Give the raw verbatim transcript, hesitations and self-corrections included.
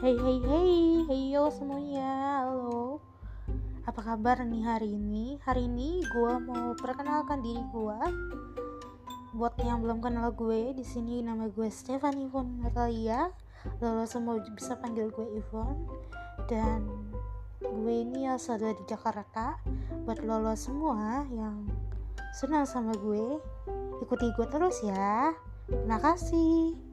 Hey hey hey, hey yo semuanya, halo. Apa kabar nih hari ini? Hari ini gue mau perkenalkan diri gue. Buat yang belum kenal gue, di sini nama gue Stefan Ivon Natalia. Lo semua bisa panggil gue Ivon. Dan gue ini asal dari Jakarta. Buat lo semua yang senang sama gue, ikuti gue terus ya. Terima kasih.